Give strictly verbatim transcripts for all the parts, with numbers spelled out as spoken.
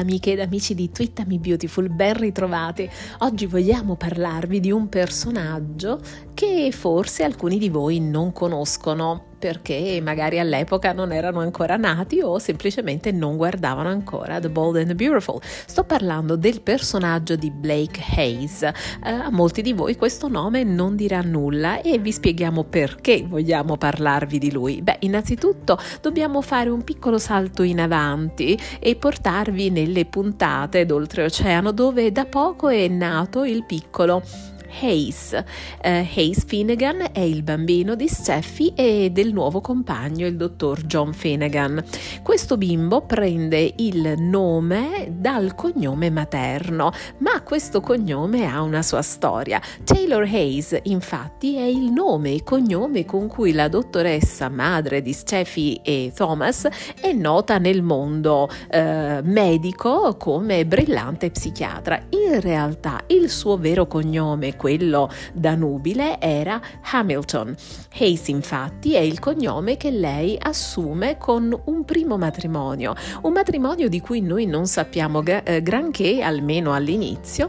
amiche ed amici di Twitter Me Beautiful, ben ritrovati. Oggi vogliamo parlarvi di un personaggio che forse alcuni di voi non conoscono, perché magari all'epoca non erano ancora nati o semplicemente non guardavano ancora The Bold and the Beautiful. Sto parlando del personaggio di Blake Hayes. Eh, a molti di voi questo nome non dirà nulla e vi spieghiamo perché vogliamo parlarvi di lui. Beh, innanzitutto dobbiamo fare un piccolo salto in avanti e portarvi nelle puntate d'oltreoceano dove da poco è nato il piccolo Hayes. Uh, Hayes Finnegan è il bambino di Steffi e del nuovo compagno, il dottor John Finnegan. Questo bimbo prende il nome dal cognome materno, ma questo cognome ha una sua storia. Taylor Hayes, infatti, è il nome e cognome con cui la dottoressa madre di Steffi e Thomas è nota nel mondo uh, medico come brillante psichiatra. In realtà il suo vero cognome, quello da nubile, era Hamilton. Hayes infatti è il cognome che lei assume con un primo matrimonio, un matrimonio di cui noi non sappiamo gra- eh, granché, almeno all'inizio,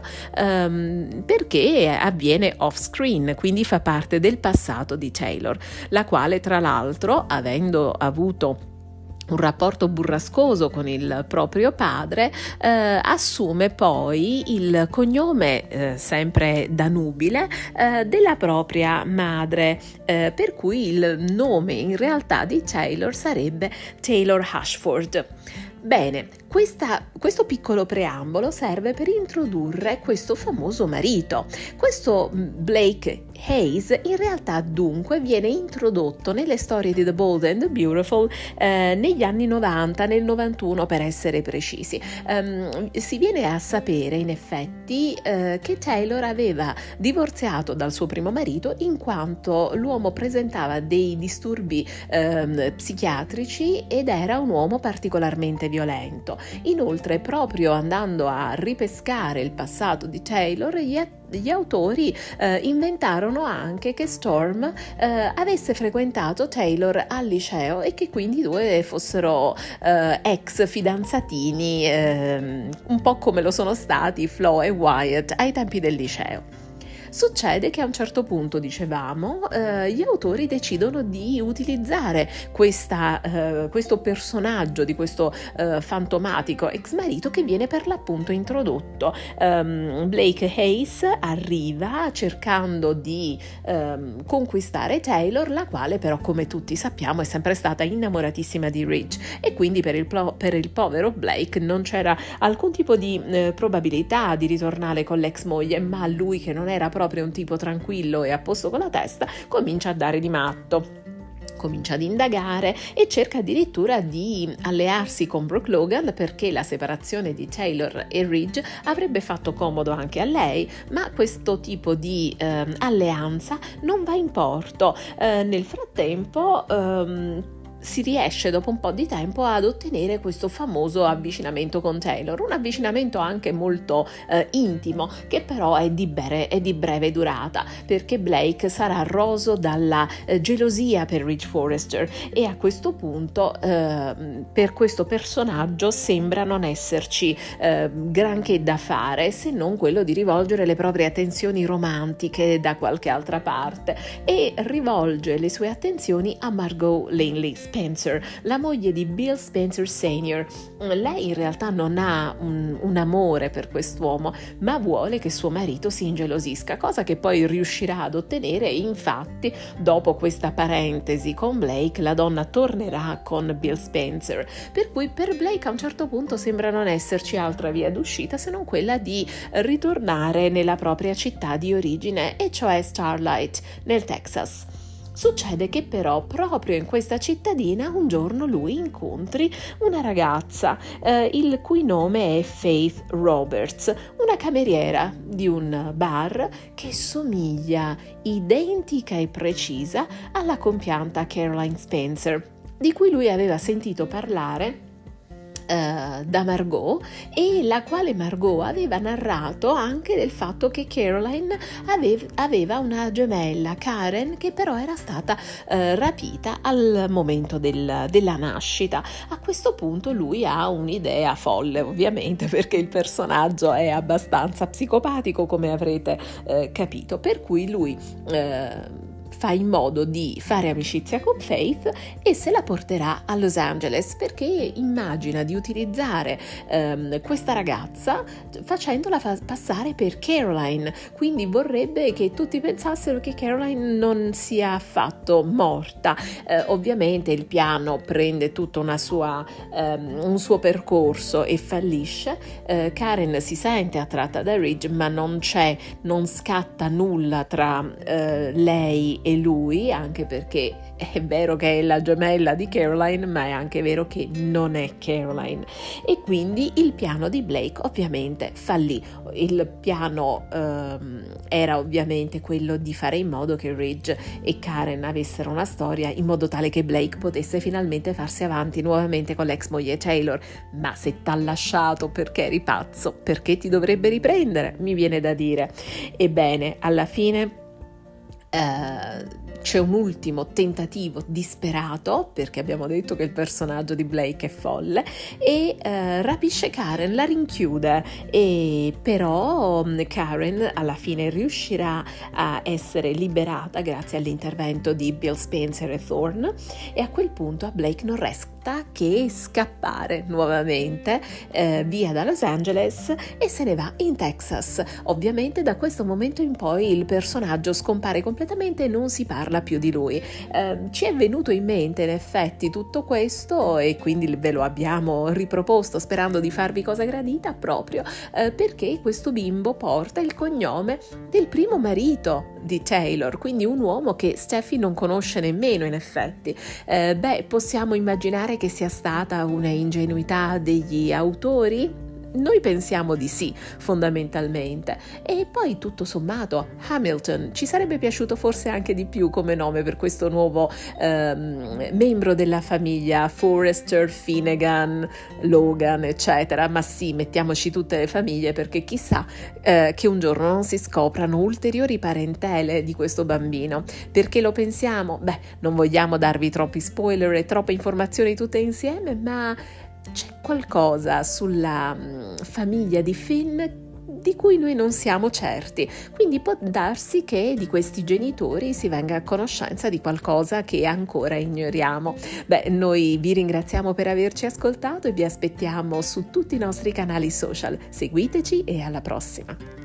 ehm, perché avviene off screen, quindi fa parte del passato di Taylor, la quale tra l'altro, avendo avuto un rapporto burrascoso con il proprio padre, eh, assume poi il cognome, eh, sempre da nubile, eh, della propria madre, eh, per cui il nome in realtà di Taylor sarebbe Taylor Ashford. Bene, questa, questo piccolo preambolo serve per introdurre questo famoso marito. Questo Blake Hayes in realtà dunque viene introdotto nelle storie di The Bold and the Beautiful eh, negli anni novanta, nel novantuno per essere precisi. Um, si viene a sapere in effetti eh, che Taylor aveva divorziato dal suo primo marito in quanto l'uomo presentava dei disturbi eh, psichiatrici ed era un uomo particolarmente violento. Inoltre, proprio andando a ripescare il passato di Taylor, gli, gli autori eh, inventarono anche che Storm eh, avesse frequentato Taylor al liceo e che quindi i due fossero eh, ex fidanzatini, eh, un po' come lo sono stati Flo e Wyatt ai tempi del liceo. Succede che a un certo punto, dicevamo, eh, gli autori decidono di utilizzare questa, eh, questo personaggio di questo eh, fantomatico ex marito che viene per l'appunto introdotto. Um, Blake Hayes arriva cercando di um, conquistare Taylor, la quale però, come tutti sappiamo, è sempre stata innamoratissima di Rich e quindi per il, pro- per il povero Blake non c'era alcun tipo di eh, probabilità di ritornare con l'ex moglie, ma lui, che non era proprio proprio un tipo tranquillo e a posto con la testa, comincia a dare di matto. Comincia ad indagare e cerca addirittura di allearsi con Brooke Logan perché la separazione di Taylor e Ridge avrebbe fatto comodo anche a lei, ma questo tipo di eh, alleanza non va in porto. Eh, nel frattempo ehm, si riesce dopo un po' di tempo ad ottenere questo famoso avvicinamento con Taylor, un avvicinamento anche molto eh, intimo, che però è di, breve, è di breve durata, perché Blake sarà roso dalla eh, gelosia per Rich Forrester e a questo punto eh, per questo personaggio sembra non esserci eh, granché da fare, se non quello di rivolgere le proprie attenzioni romantiche da qualche altra parte, e rivolge le sue attenzioni a Margot Langley Spencer, la moglie di Bill Spencer senior. Lei in realtà non ha un, un amore per quest'uomo, ma vuole che suo marito si ingelosisca, cosa che poi riuscirà ad ottenere. Infatti, dopo questa parentesi con Blake, la donna tornerà con Bill Spencer, per cui per Blake a un certo punto sembra non esserci altra via d'uscita se non quella di ritornare nella propria città di origine, e cioè Starlight, nel Texas. Succede che però proprio in questa cittadina un giorno lui incontri una ragazza, eh, il cui nome è Faith Roberts, una cameriera di un bar che somiglia identica e precisa alla compianta Caroline Spencer, di cui lui aveva sentito parlare Uh, da Margot, e la quale Margot aveva narrato anche del fatto che Caroline avev- aveva una gemella, Karen, che però era stata uh, rapita al momento del, della nascita. A questo punto lui ha un'idea folle, ovviamente, perché il personaggio è abbastanza psicopatico, come avrete uh, capito, per cui lui uh, fa in modo di fare amicizia con Faith e se la porterà a Los Angeles, perché immagina di utilizzare ehm, questa ragazza facendola fa- passare per Caroline, quindi vorrebbe che tutti pensassero che Caroline non sia affatto morta. Eh, ovviamente il piano prende tutto una sua, ehm, un suo percorso e fallisce. eh, Karen si sente attratta da Ridge, ma non c'è, non scatta nulla tra eh, lei e lui, anche perché è vero che è la gemella di Caroline, ma è anche vero che non è Caroline, e quindi il piano di Blake ovviamente fallì. Il piano ehm, era ovviamente quello di fare in modo che Ridge e Karen avessero una storia, in modo tale che Blake potesse finalmente farsi avanti nuovamente con l'ex moglie Taylor. Ma se t'ha lasciato perché eri pazzo, perché ti dovrebbe riprendere, mi viene da dire. Ebbene, alla fine Uh, c'è un ultimo tentativo disperato, perché abbiamo detto che il personaggio di Blake è folle, e uh, rapisce Karen, la rinchiude, e però um, Karen alla fine riuscirà a essere liberata grazie all'intervento di Bill Spencer e Thorne, e a quel punto a Blake non resta che scappare nuovamente eh, via da Los Angeles e se ne va in Texas. Ovviamente da questo momento in poi il personaggio scompare completamente e non si parla più di lui. Eh, ci è venuto in mente in effetti tutto questo e quindi ve lo abbiamo riproposto sperando di farvi cosa gradita, proprio eh, perché questo bimbo porta il cognome del primo marito di Taylor, quindi un uomo che Steffi non conosce nemmeno in effetti. Eh, beh, possiamo immaginare che sia stata una ingenuità degli autori? Noi pensiamo di sì, fondamentalmente. E poi tutto sommato Hamilton ci sarebbe piaciuto forse anche di più come nome per questo nuovo ehm, membro della famiglia, Forrester, Finnegan, Logan, eccetera. Ma sì, mettiamoci tutte le famiglie, perché chissà eh, che un giorno non si scoprano ulteriori parentele di questo bambino. Perché lo pensiamo? Beh, non vogliamo darvi troppi spoiler e troppe informazioni tutte insieme, ma c'è qualcosa sulla um, famiglia di Finn di cui noi non siamo certi, quindi può darsi che di questi genitori si venga a conoscenza di qualcosa che ancora ignoriamo. Beh, noi vi ringraziamo per averci ascoltato e vi aspettiamo su tutti i nostri canali social. Seguiteci e alla prossima!